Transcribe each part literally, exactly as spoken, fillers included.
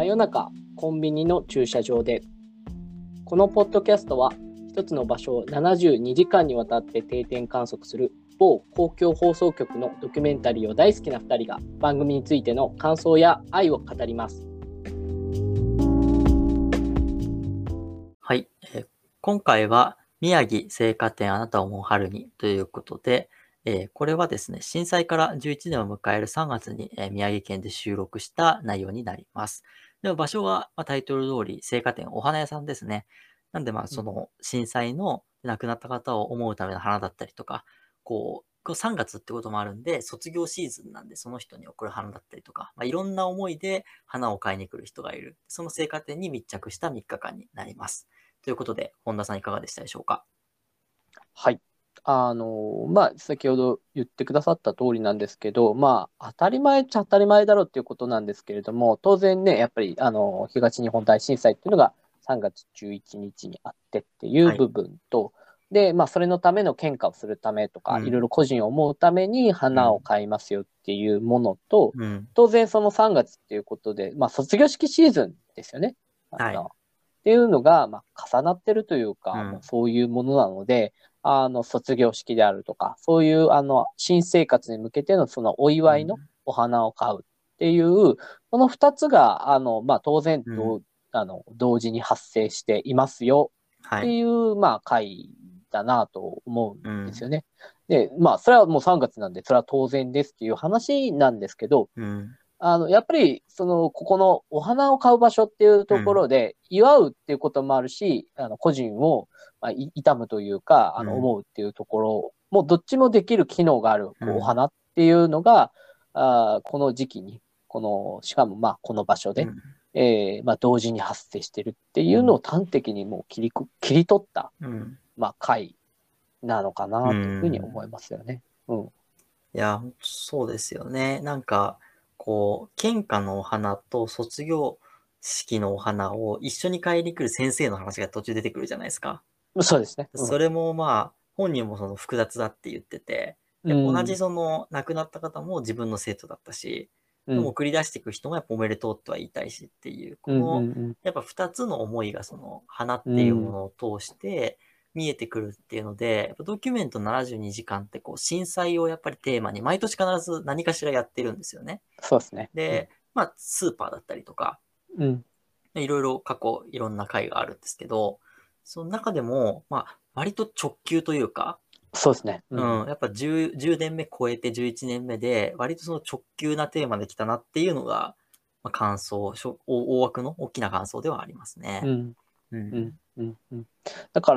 真夜中コンビニの駐車場で。このポッドキャストは一つの場所をななじゅうにじかんにわたって定点観測する某公共放送局のドキュメンタリーを大好きなふたりが番組についての感想や愛を語ります。 はい、えー今回は宮城青果店あなたをもう春にということで、えーこれはですね、震災からじゅういちねんを迎えるさんがつに、えー宮城県で収録した内容になります。でも場所は、まあ、タイトル通り青果店お花屋さんですね。なんでまあその震災の亡くなった方を思うための花だったりとか、こう、こうさんがつってこともあるんで、卒業シーズンなんでその人に贈る花だったりとか、まあ、いろんな思いで花を買いに来る人がいる。その青果店に密着したみっかかんになります。ということで、本田さんいかがでしたでしょうか？ はい。あの、まあ、先ほど言ってくださった通りなんですけど、まあ、当たり前っちゃ当たり前だろうっていうことなんですけれども、当然ね、やっぱり、あの、東日本大震災っていうのがさんがつじゅういちにちにあってっていうはい。 部分と、で、まあ、それのための献花をするためとか、いろいうん。 ろ個人を思うために花をうん。 買いますよっていうものと、 うん。 当然そのさんがつっていうことで、まあ、卒業式シーズンですよね。あはい。 の、っていうのが、まあ、重なってるというか、もううん。 そういうものなので、あの、卒業式であるとか、そういう、あの、新生活に向けてのそのお祝いのうん。 お花を買うっていう、この二つが、あの、まあ、当然、 うん。 どうあの、同時に発生していますよってはい。 いう、まあ、回だなと思うんうん。 ですよね。で、まあ、それはもうさんがつなんで、それは当然ですっていう話なんですけど、 うん。 あの、やっぱり、その、ここのお花を買う場所っていうとこうん。 ろで、祝うっていうこともあるし、あの、個人を、まあ、い悼むというか、あの、 うん。 思うっていうところも、どっちもできる機能がある、こう、おうん。 花っていうのが、あーこの時期に、この、しかも、まあ、この場所で、 うん。 えーまあ、同時に発生してるっていうん。 うのを端的にもう切りく、切り取った、 うん。 まあ、回なのかうなというふうに思いん。 ますよね。うん。 いや、ほんとそうですよね。なんか、こう、献花のお花と卒業式のお花を一緒に買いに来る先生の話が途中出てくるじゃないですか。 そうですね。うん。 それもまあ、本人もその複雑だって言ってて、やっぱ同じうん。 その亡くなった方も自分の生徒だったし、でもうん。 送り出していく人もやっぱおめでとうとは言いたいしっていう、 うん。うこの、 ん。 やっぱ二つの思いがその花っうん。 ていうもうん。 のを通して見えてくるっていうので、やっぱドキュメントななじゅうにじかんってこう震災をやっぱりテーマに毎年必ず何かしらやってるんですよね。 そうですね。うん。 で、まあスーパーだったりとか、 うん。 いろいろ過去いろんな回があるんですけど、その中でも、まあ割と直球というか、 そうですね。うん。 うん、やっぱじゅう、じゅうねんめ超えてじゅういちねんめで、割とその直球なテーマで来たなっていうのが、まあ、感想、しょ大大枠の大きな感想ではありますね。 うん。 ううん。 ん。 うん。うん。だから、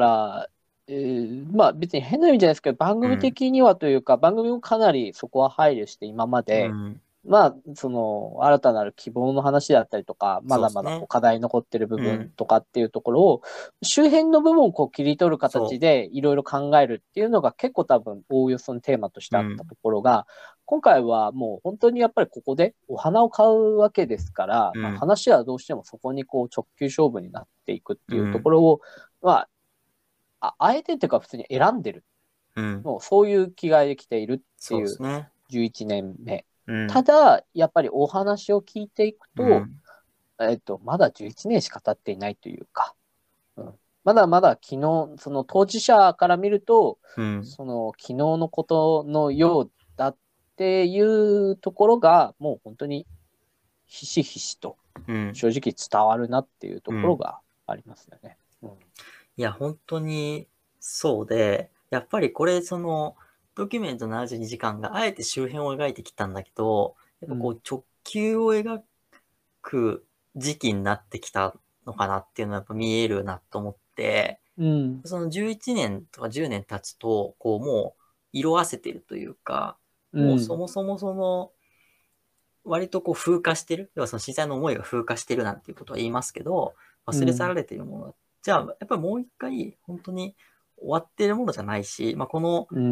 えーまあ別に変な意味じゃないですけど、番組うん。 的にはというか、番組もかなりそこは配慮して今まで、 うん。 まあ、その、新たなる希望の話だったりとか、まだまだこうそうですね。 課題残ってる部分うん。 とかっていうところを、周辺の部分をこう切り取る形そでいろいろ考えるっていうのが結構多分、おおよそのテーマとしてう。うあったとん。 ころが、今回はもう本当にやっぱりここでお花を買うわけですから、まあうん。 話はどうしてもそこにこう直球勝負になっていくっていうとこうん。 ろを、まあ、ああえてっていうか普通に選んでる。 うん。 もうそういう気概で来ているってそういうですね。 じゅういちねんめ。 うん。 ただ、やっぱりお話を聞いていくと、 うん。 えっと、まだじゅういちねんしか経っていないというか、うん、まだまだ昨日、その当事者から見ると、 うん。 その昨日のことのようだっていうところが、もう本当にひしひしとうん。 正直伝わるなっていうとうん。 ころがありますよね。うん。 いや、本当にそうで、やっぱりこれ、その、ドキュメントななじゅうにじかんがあえて周辺を描いてきたんだけど、やっうん。 ぱこう直球を描く時期になってきたのかなっていうのはやっぱ見えるなと思って、 うん。 そのじゅういちねんとかじゅうねん経つと、こうもう色褪せてるというか、 うん。 もうそもそもその、割とこう風化してる。要はその震災の思いが風化してるなんていうことは言いますけど、忘れ去らうん。 れているもの。じゃあ、やっぱりもう一回、本当に終わっているものじゃないし、まあ、このうん。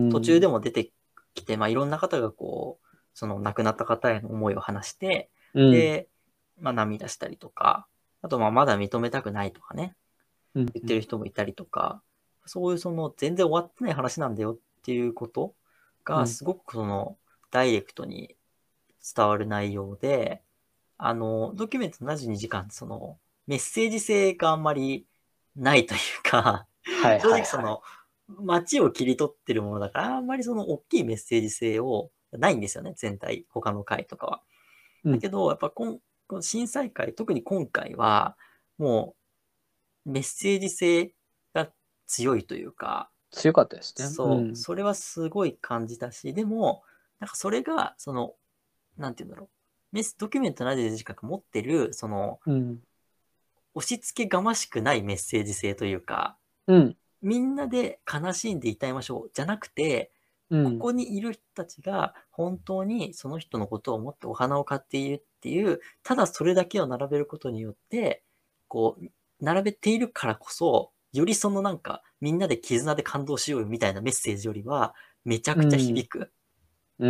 途中でも出てきて、まあ、いろんな方がこう、その亡くなった方への思いを話して、 うん。 で、まあ、涙したりとか、あとまあまだ認めたくないとかね、 うん。 言ってる人もいたりとか、そういうその全然終わってない話なんだよっていうことが、 うん。 すごくそのダイレクトに伝わる内容で、 あの、ドキュメントななじゅうにじかん、その、メッセージ性があんまりないというか、 はい正はいはい。 直その、街を切り取ってるものだから、あんまりその大きいメッセージ性を、ないんですよね、全体、他の回とかは。 うん。 だけど、やっぱこん、この震災会、特に今回は、もう、メッセージ性が強いというか、 強かったですね。うそう、 ん。 それはすごい感じたし、でも、なんかそれが、その、なんて言うんだろう。メス、ドキュメントななじゅうにじかんが持ってる、その、 うん。 押し付けがましくないメッセージ性というか、 うん。 みんなで悲しんでいたいましょう、じゃなくて、こうん。 こにいる人たちが本当にその人のことを思ってお花を買っているっていう、ただそれだけを並べることによって、こう、並べているからこそ、よりそのなんか、みんなで絆で感動しようよみたいなメッセージよりは、めちゃくちゃうん。 響く。 うん。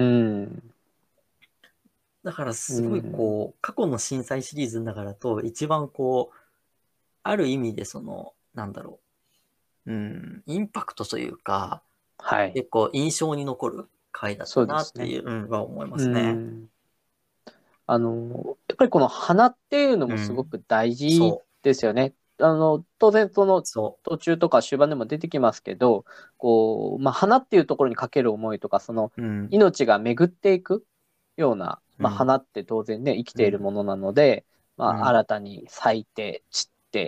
だからうすごいん。 こう、過去の震災シリーズの中だと一番こう、ある意味でその、なんだろう、うん、インパクトというか、 はい。 結構印象に残る回だっそたうですね。 なっていう、うん、は思いまうすね。 ん。あの、やっぱりこの花っていうのもすごうん。 く大事そう、 ですよね。あの、当然そのそ途中とか終盤でも出てきますけど、こう、まあ、花っていうところにかける思いとか、そのう。うん、 命が巡っていくような、まあ、 うん、 花って当然ね、生きているうん、 ものなので、まあ、 うん、 新たに咲いて、散って、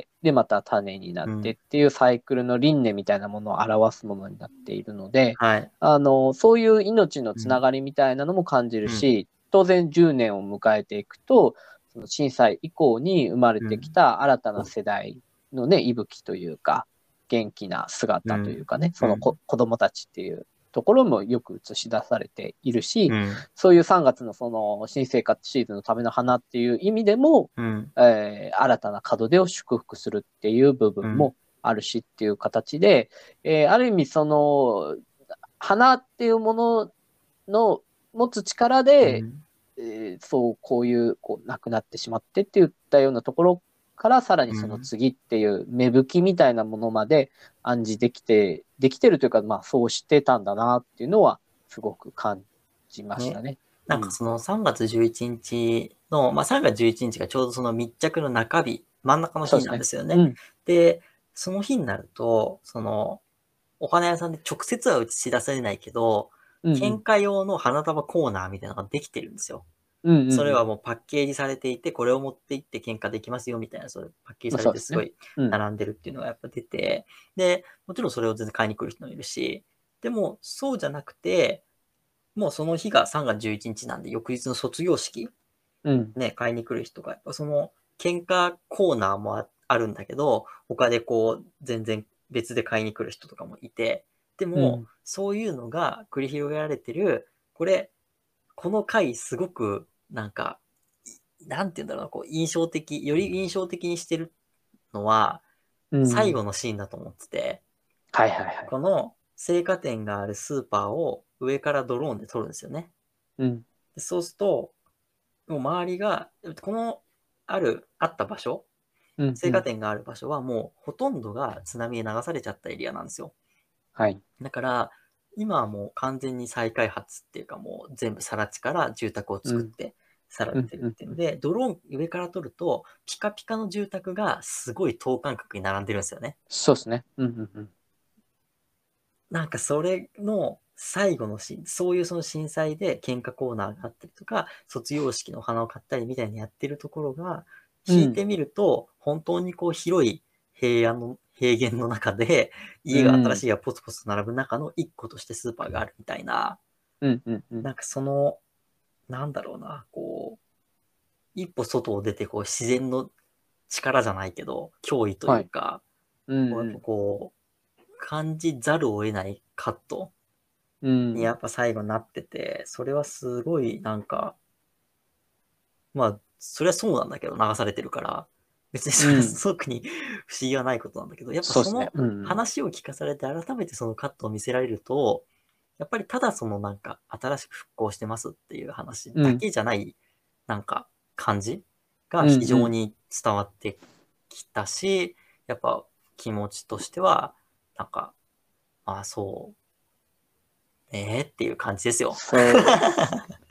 で、また種になうん。 ってっていうサイクルの輪廻みたいなものを表すものになっているので、 はい。 あの、そういう命のうん、 つながりみたいなのも感じるうん、 し、当然じゅうねんを迎えていくと、その震災以降に生まれてきうん、 た新たな世代のね、息吹というか、元気な姿といううん、 かね、その子うん、 子供たちっていうところもよく映し出されているし、 うん、 そういうさんがつのその新生活シーズンのための花っていう意味でも、 うん、 えー新たな門出を祝福するっていう部分うん、 もあるしっていう形で、えーある意味その、花っていうものの持つ力で、 うん、 えーそう、こういう、こう、亡くなってしまってって言ったようなところから、さらにそのうん。 次っていう芽吹きみたいなものまで暗示できて、できてるというか、まあ、そうしてたんだなっていうのは、すごく感じましたね。 ね。うん。 なんかそのさんがつじゅういちにちの、まあさんがつじゅういちにちがちょうどその密着の中日、真ん中の日なんでそうですね。 すよね。 うん。 で、その日になると、その、お花屋さんで直接は映し出されないけど、 うんうん。 喧嘩用の花束コーナーみたいなのができてるんですよ。 うんうんうん。 それはもうパッケージされていて、これを持って行って喧嘩できますよみたいな、そういうパッケージまあ、 されそうですね。 てすごいうん。 並んでるっていうのがやっぱ出て、で、もちろんそれを全然買いに来る人もいるし、でもそうじゃなくて、もうその日がさんがつじゅういちにちなんで、翌日の卒業式、 うん。 ね、買いに来る人が、やっぱその喧嘩コーナーもああるんだけど、他でこう、全然別で買いに来る人とかもいて、でも、 うん。 そういうのが繰り広げられてる、これ、この回すごく、なんか、なんて言うんだろうな、こう、印象的、より印象的にしてるのは、 うん。 最後のシーンだと思ってて、 はいはいはい。 この青果店があるスーパーを上からドローンで撮るんですよね。 うん。 でそうすると、もう周りが、このある、あった場所、 うんうん。 青果店がある場所はもうほとんどが津波で流されちゃったエリアなんですよ。 はい。 だから、今はもう完全に再開発っていうかもう全部更地から住宅をうん。 作って去らうん。 れてるうん。 っていうので、ドローン上から撮ると、ピカピカの住宅がすごい等間隔に並んでるんですよね。 そうですね。うん。うん。うん。 なんかそれの最後のシーン、そういうその震災で喧嘩コーナーがあったりとか、卒業式のお花を買ったりみたいにやってるところが、 うん。 引いてみると、本当にこう広い平野の、平原の中で、 う家が新しん。 い家がポツポツと並ぶ中の一個としてスーパーがあるみたいな、 うん。うん。うん。 なんかその、なんだろうな、こう、一歩外を出てこう自然の力じゃないけど、脅威といはい。 うか、 うん。 こうやっぱうん。 こう、感じざるを得ないカットうん。 にやっぱ最後なってて、それはすごいなんか、まあ、それはそうなんだけど、流されてるから、別にそれはうん。 特に不思議はないことなんだけど、やっぱそうですね。 そのうん。 話を聞かされて改めてそのカットを見せられると、やっぱりただそのなんか新しく復興してますっていう話だうん。 けじゃないなんか感じがうん。 非うん。 常に伝わってきたし、やっぱ気持ちとしては、なんか、ああ、そう、ねえっていう感じですよ。 そう。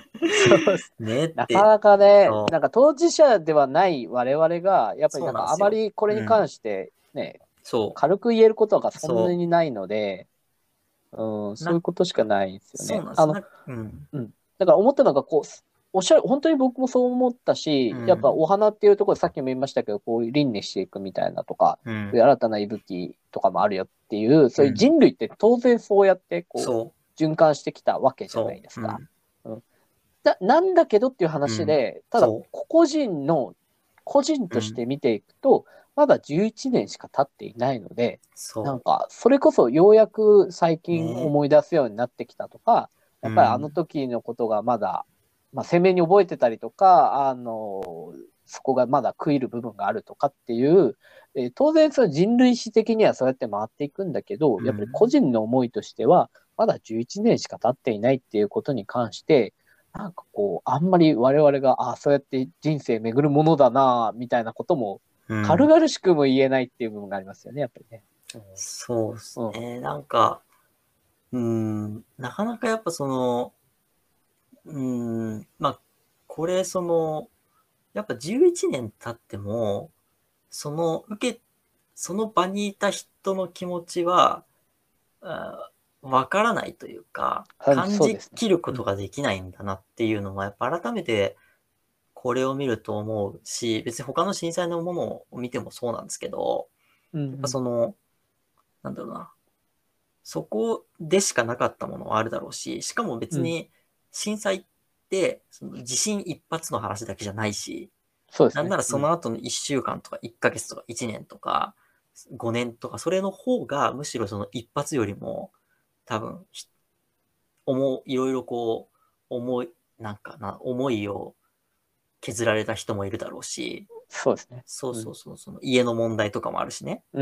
そうですねっなかて。 なかね、 そうなんか当事者ではない我々が、やっぱりそうなんなんですよ。 かあまりこれに関してね、 そ軽く言えることがう。 そんなそにないので、うん、 う。な、 そういうことしかないんですよね。 そうなんです。 あの、 な、うん。 うん。だから思ったのが、こう、おっしゃる、本当に僕もそう思ったし、やっぱうん。 お花っていうところ、さっきも言いましたけど、こういう輪廻していくみたいなとか、 うん。 そういう新たな息吹とかもあるよっていう、そういううん。 人類って当然そうやってこそう。 う、循環してきたわけじゃないそう。 ですか。 うん。 うん。な、なんだけどっていううん。 話で、ただ、 そ個々人の、個人う。うん。 として見ていくと、まだじゅういちねんしか経っていないので、なんそか、それこそようやく最う。 近ね。 思い出すようになってきたとか、やうっぱりあのん。 時のことがまだ、まあ、鮮明に覚えてたりとか、あの、そこがまだ食いる部分があるとかっていう、えー当然その人類史的にはそうやって回っていくんだけど、 うやっぱり個ん。 人の思いとしては、まだじゅういちねんしか経っていないっていうことに関して、なんかこう、あんまり我々が、ああ、そうやって人生巡るものだな、みたいなことも、 うん。 軽々しくも言えないっていう部分がありますよね、やっぱりね。 そうですうん。うん。 ね。なんか、うん。なかなかやっぱその、うん。まあ、これその、やっぱじゅういちねん経っても、その受け、その場にいた人の気持ちは、あわからないというか、 はい、 感そうですね。 じきるこうん。 とができないんだなっていうのは、やっぱ改めてこれを見ると思うし、別に他の震災のものを見てもそうなんですけど、やっぱうんその、なんだろうな、そこでしかなかったものはあるだろうし、しかもうん。うん。 別に震災って、その地震一発の話だけじゃないし、 そうですね。 なんならうん。 その後のいっしゅうかんとかいっかげつとかいちねんとかごねんとか、それの方がむしろその一発よりも多分、思う、いろいろこう、思い、なんかな、思いを削られた人もいるだろうし、 そうですね。 そううん。 そうそう、その家の問題とかもあるしね。 うん。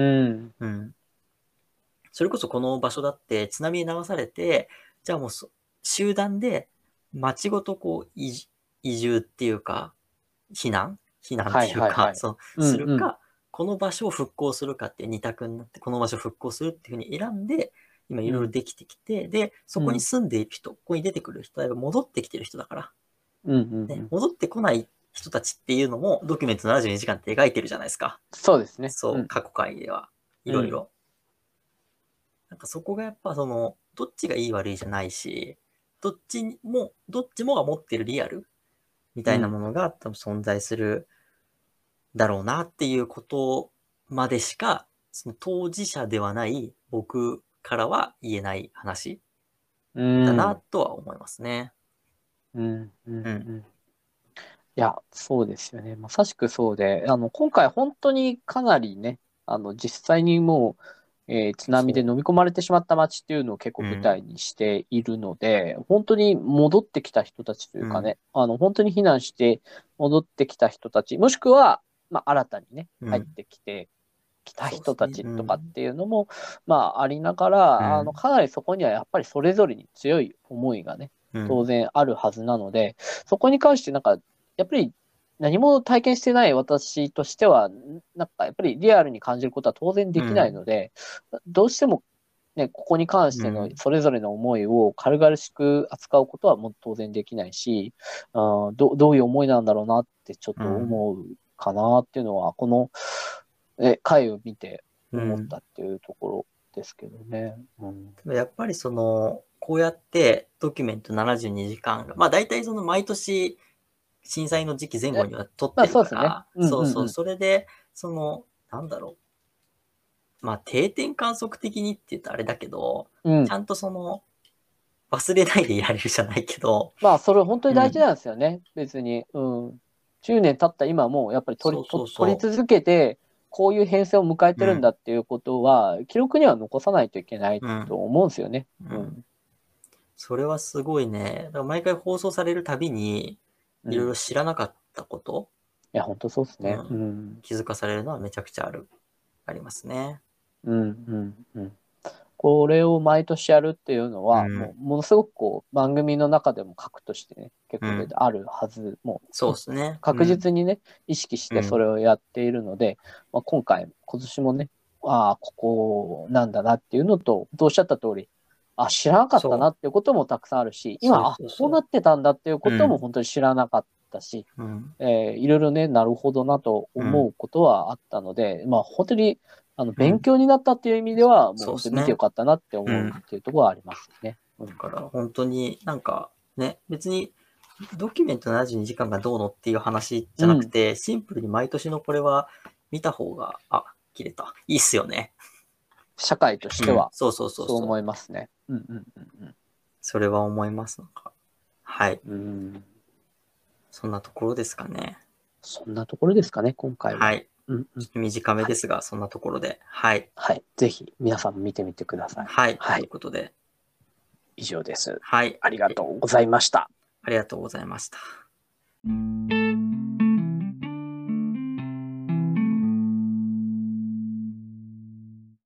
うん。それこそこの場所だって津波に流されて、じゃあもうそ集団で街ごとこう移移住っていうか、避難避難っはいていうか、 はいはい。 そう、 うんうん。 するか、この場所を復興するかって二択になって、この場所を復興するっていうふうに選んで、今いうん。 ろいろできてきて、で、そこにうん。 住んでいる人、ここに出てくる人はやっぱ戻ってきてる人だから、 うんうんうね、 ん。 戻ってこない人たちっていうのもドキュメントななじゅうにじかんって描いてるじゃないですか。 そうですね。うそう、 ん。 過去回では。いうん。 ろいろ。なんかそこがやっぱその、どっちがいい悪いじゃないし、どっちも、どっちもが持ってるリアルみたいなうん。 ものが多分存在するだろうなっていうことまでしか、その当事者ではない僕からは言えない話うだなん。 とは思いますね。 うん。うん。 うん。 うん。いや、そうですよね。まさしくそうで、あの、今回本当にかなりね、あの、実際にもう、えー津波でそ飲み込まれてしまった街っていうのを結構う。う舞ん。 台にしているので、本当に戻ってきた人たちというん。 うかね、あの、本当に避難して戻ってきた人たち、もしくは、まあ、新たにね、 うん。 入ってきてきた人たそうですね。 ちとかっうん。 ていうのも、まあ、ありながら、あの、 うん。 かなりそこにはやっぱりそれぞれに強い思いがね、当うん。 然あるはずなので、そこに関してなんか、やっぱり何も体験してない私としては、なんかやっぱりリアルに感じることは当然できないうん。 ので、どうしてもね、ここに関してのうん。 それぞれの思いを軽々しく扱うことはもう当然できないし、あどどういう思いなんだろうなってちょっとうん。 思うかなっていうのは、このえ回を見て思っうん。 たっていうところですけどね。うん、 やっぱりその、こうやってドキュメントななじゅうにじかんが、まあ大体その毎年震災の時期前後え、 には撮っまあてるそうですね。 から、 うんそうそう、 うんうん。 それで、その、なんだろう、まあ定点観測的にって言うとあれだけど、 うん。 ちゃんとその、忘れないでいられるじゃないけど、 まあそれ本当にうん、 大事なんですよね。別に。うん。じゅうねん経った今もやっぱり取り、とそうそうそ取り続けて、こういう編成を迎えう、 てるんだうん、 っていうことは、記録には残さないといけないうん、 と思うんですよね。 うん。 うん。 それはすごいね、だから毎回放送されるたびに、 うん。 いろいろ知らなかったこと、 いや、本当そうですね。ううん、 ん。 気づかされるのはめちゃくちゃある、ありますね。 うん、うん、うん。これを毎年やるっていうのは、もうん、 う、ものすごくこう、番組の中でも核としてね、結構でうん。 あるはず、もう、 そうほですね。う確ん、 実にね、意識しうん、 てそれをやっているので、まあ、今回、今年もね、ああ、ここなんだなっていうのと、おっしゃった通り、 あ、知らなかったなっていうこともたくさんあるし、今、あ、 そうそうそうこうなってたんだっていうことうんも本当に知らなかったし、 うんえーいろいろね、なるほどなと思うことはあったので、まあ本当に、あの、 うん勉強になったっていう意味では、もうそうです本当に見てよね。 かったなって思うっうん。 ていうところはありますね。うん。 だから本当になんかね、別にドキュメントななじゅうにじかんがどうのっていう話じゃなくうん。 て、シンプルに毎年のこれは見た方が、あ、切れた。いいっすよね。 社会としうん。 ては、 そうそうそうそう。 そう思いますね。うんうんうんそれは思います。なんか。はい。 うん。うん。 そんなところですかね。 そんなところですかね、今回は。 はい。 うんうん。 ちょっと短めはい。 ですが、そんなところで。はい。 はい。ぜひ、皆さん見てみてください。 はい。というはい。 ことで。 以上です。 はい。 ありがとうございました。 ありがとうございました。